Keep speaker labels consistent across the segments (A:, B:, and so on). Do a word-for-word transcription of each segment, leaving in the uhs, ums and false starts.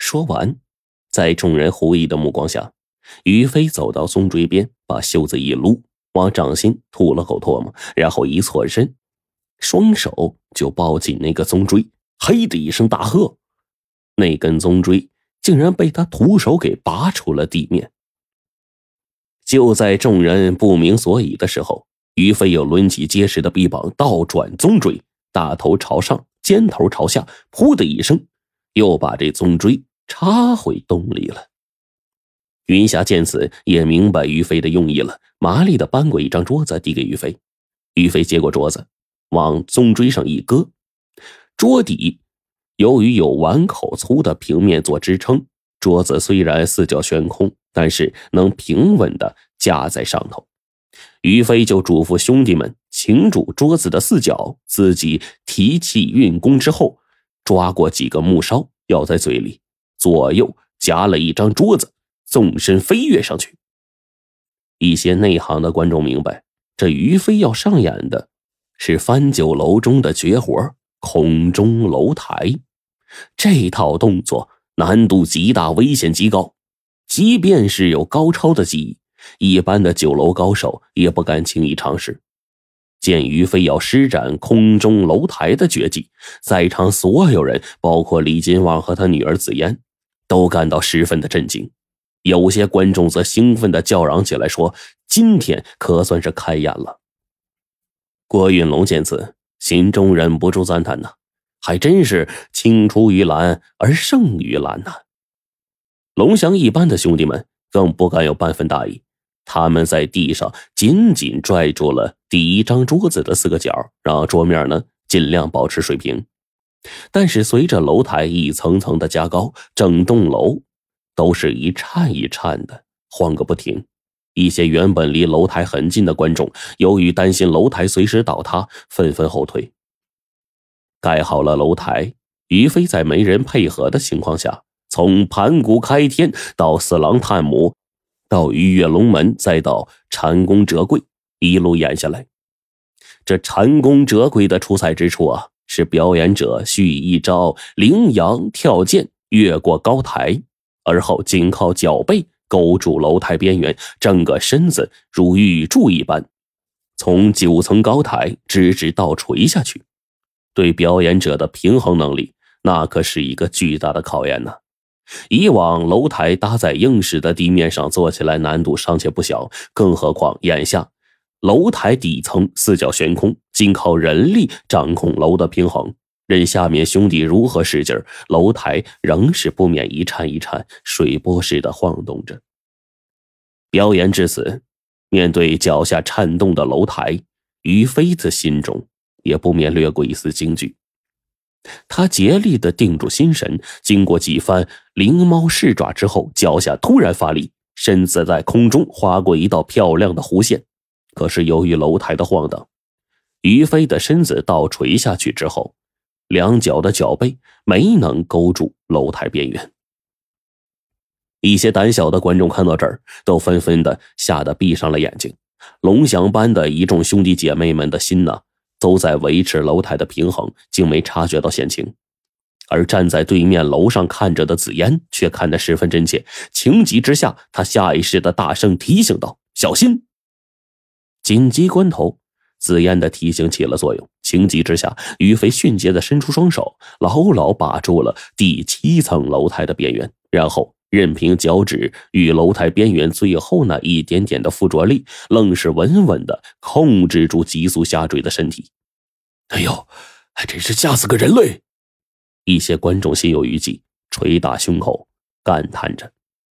A: 说完，在众人狐疑的目光下，于飞走到宗锥边，把袖子一撸，往掌心吐了口唾沫，然后一错身，双手就抱紧那个宗锥，嘿的一声大喝，那根宗锥竟然被他徒手给拔出了地面。就在众人不明所以的时候，于飞又抡起结实的臂膀，倒转宗锥，大头朝上，尖头朝下，噗的一声，又把这宗锥插回洞里了。云霞见此也明白于飞的用意了，麻利地搬过一张桌子递给于飞。于飞接过桌子，往宗锥上一搁，桌底由于有碗口粗的平面做支撑，桌子虽然四角悬空，但是能平稳地架在上头。于飞就嘱咐兄弟们擒住桌子的四角，自己提气运功之后，抓过几个木梢咬在嘴里，左右夹了一张桌子，纵身飞跃上去。一些内行的观众明白，这于飞要上演的是翻酒楼中的绝活空中楼台。这套动作难度极大，危险极高，即便是有高超的技艺，一般的酒楼高手也不敢轻易尝试。见于飞要施展空中楼台的绝技，在场所有人，包括李金旺和他女儿紫嫣，都感到十分的震惊。有些观众则兴奋地叫嚷起来，说今天可算是开眼了。郭云龙见此，心中忍不住赞叹呐，还真是青出于蓝而胜于蓝呐。龙翔一般的兄弟们更不敢有半分大意，他们在地上紧紧拽住了第一张桌子的四个角，让桌面呢尽量保持水平。但是随着楼台一层层的加高，整栋楼都是一颤一颤的晃个不停。一些原本离楼台很近的观众，由于担心楼台随时倒塌，纷纷后退。盖好了楼台，于飞在没人配合的情况下，从盘古开天到四郎探母，到鱼跃龙门，再到蟾宫折桂，一路演下来。这蟾宫折桂的出彩之处啊，是表演者蓄一招羚羊跳涧，越过高台，而后紧靠脚背勾住楼台边缘，整个身子如玉柱一般，从九层高台直直倒垂下去。对表演者的平衡能力，那可是一个巨大的考验呢。以往楼台搭在硬实的地面上做起来难度尚且不小，更何况眼下楼台底层四角悬空，仅靠人力掌控楼的平衡，任下面兄弟如何使劲，楼台仍是不免一颤一颤，水波似的晃动着。表演至此，面对脚下颤动的楼台，于飞的心中也不免掠过一丝惊惧。他竭力地定住心神，经过几番灵猫试爪之后，脚下突然发力，身子在空中划过一道漂亮的弧线。可是由于楼台的晃荡，于飞的身子倒垂下去之后，两脚的脚背没能勾住楼台边缘。一些胆小的观众看到这儿，都纷纷的吓得闭上了眼睛。龙翔班的一众兄弟姐妹们的心呢，都在维持楼台的平衡，竟没察觉到险情。而站在对面楼上看着的紫嫣却看得十分真切，情急之下，她下意识的大声提醒道：小心！紧急关头，紫嫣的提醒起了作用，情急之下，于飞迅捷的伸出双手，牢牢把住了第七层楼台的边缘，然后任凭脚趾与楼台边缘最后那一点点的附着力，愣是稳稳的控制住急速下坠的身体。哎呦，还真是吓死个人类！一些观众心有余悸，捶打胸口，感叹着。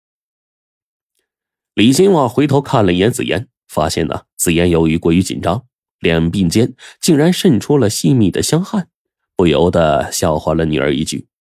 A: 李金旺回头看了一眼紫嫣，发现呢，紫嫣由于过于紧张，脸鬓间竟然渗出了细密的香汗，不由得笑话了女儿一句：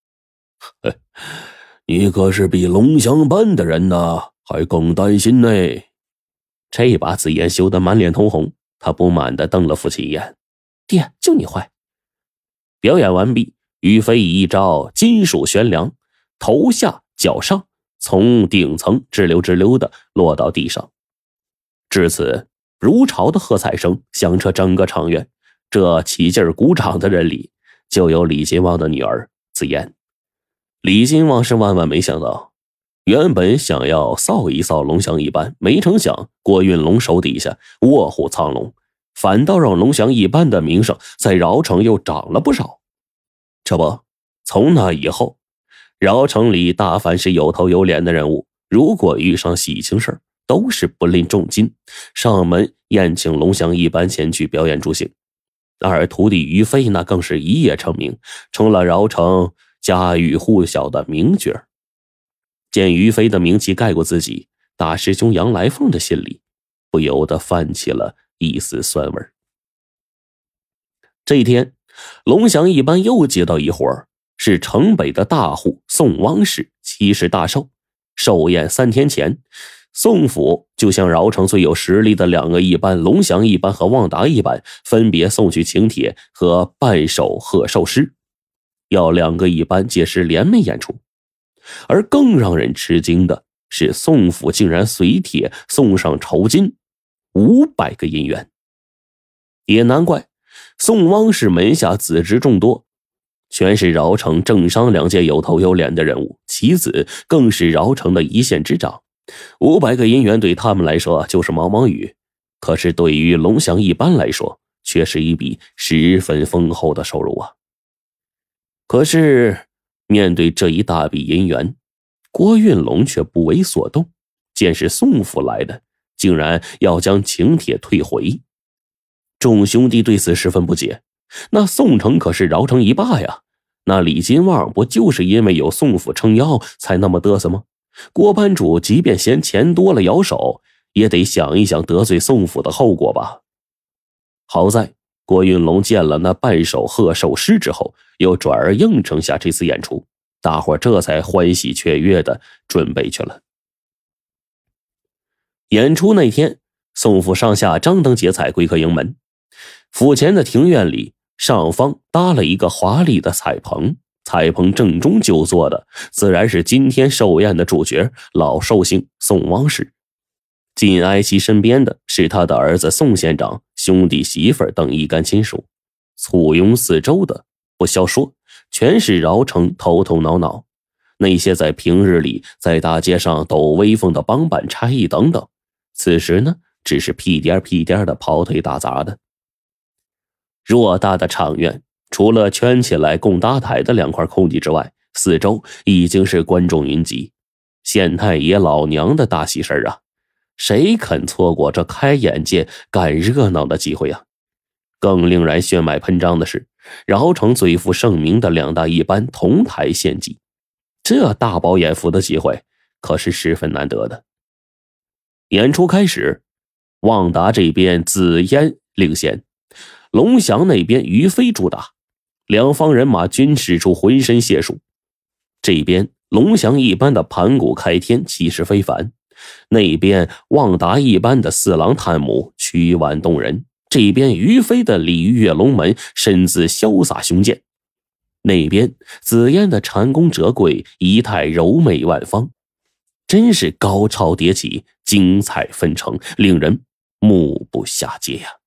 A: 你可是比龙翔班的人呢，还更担心呢。这把紫嫣羞得满脸通红，她不满地瞪了父亲一眼：爹，就你坏！表演完毕，于飞以一招金属悬梁，头下脚上，从顶层直溜直溜地落到地上。至此，如潮的喝彩声响彻整个场院，这起劲鼓掌的人里，就有李金旺的女儿紫嫣。 李金旺是万万没想到，原本想要扫一扫龙翔一班，没成想郭运龙手底下卧虎藏龙，反倒让龙翔一班的名声在饶城又涨了不少。这不，从那以后，饶城里大凡是有头有脸的人物，如果遇上喜庆事，都是不吝重金上门宴请龙翔一班前去表演助兴。而徒弟于飞那更是一夜成名，成了饶城家喻户晓的名角。见于飞的名气盖过自己，大师兄杨来凤的心里不由得泛起了一丝酸味。这一天，龙翔一班又接到一活儿，是城北的大户宋汪氏七十大寿。寿宴三天前，宋府就向饶城最有实力的两个一班龙翔一班和旺达一班分别送去请帖和半首贺寿诗，要两个一班届时联袂演出。而更让人吃惊的是，宋府竟然随帖送上酬金五百个银元。也难怪，宋汪氏门下子侄众多，全是饶城政商两界有头有脸的人物，其子更是饶城的一县之长。五百个银元对他们来说就是毛毛雨，可是对于龙翔一班来说却是一笔十分丰厚的收入啊。可是面对这一大笔银元，郭运龙却不为所动，见是宋府来的，竟然要将请帖退回。众兄弟对此十分不解，那宋城可是饶城一霸呀，那李金旺不就是因为有宋府撑腰才那么嘚瑟吗？郭班主即便嫌钱多了摇手，也得想一想得罪宋府的后果吧。好在郭运龙见了那半首贺寿诗之后，又转而应承下这次演出，大伙这才欢喜雀跃的准备去了。演出那天，宋府上下张灯结彩，贵客迎门。府前的庭院里，上方搭了一个华丽的彩棚，彩棚正中就坐的自然是今天寿宴的主角老寿星宋汪氏。紧挨其身边的是他的儿子宋县长、兄弟媳妇等一干亲属。簇拥四周的不消说，全是饶城头头脑脑，那些在平日里在大街上抖威风的帮办差役等等，此时呢只是屁颠屁颠的跑腿打杂的。偌大的场院，除了圈起来供搭台的两块空地之外，四周已经是观众云集。县太爷老娘的大喜事啊，谁肯错过这开眼界赶热闹的机会啊？更令人血脉喷张的是，饶城最负盛名的两大一班同台献技，这大饱眼福的机会可是十分难得的。演出开始，旺达这边紫烟领先，龙翔那边于飞主打，两方人马均使出浑身解数。这边龙翔一班的盘古开天气势非凡，那边旺达一班的四郎探母曲婉动人，这边于飞的鲤鱼跃龙门身姿潇洒雄健，那边紫烟的蟾宫折桂仪态柔美万方，真是高潮迭起，精彩纷呈，令人目不暇接呀。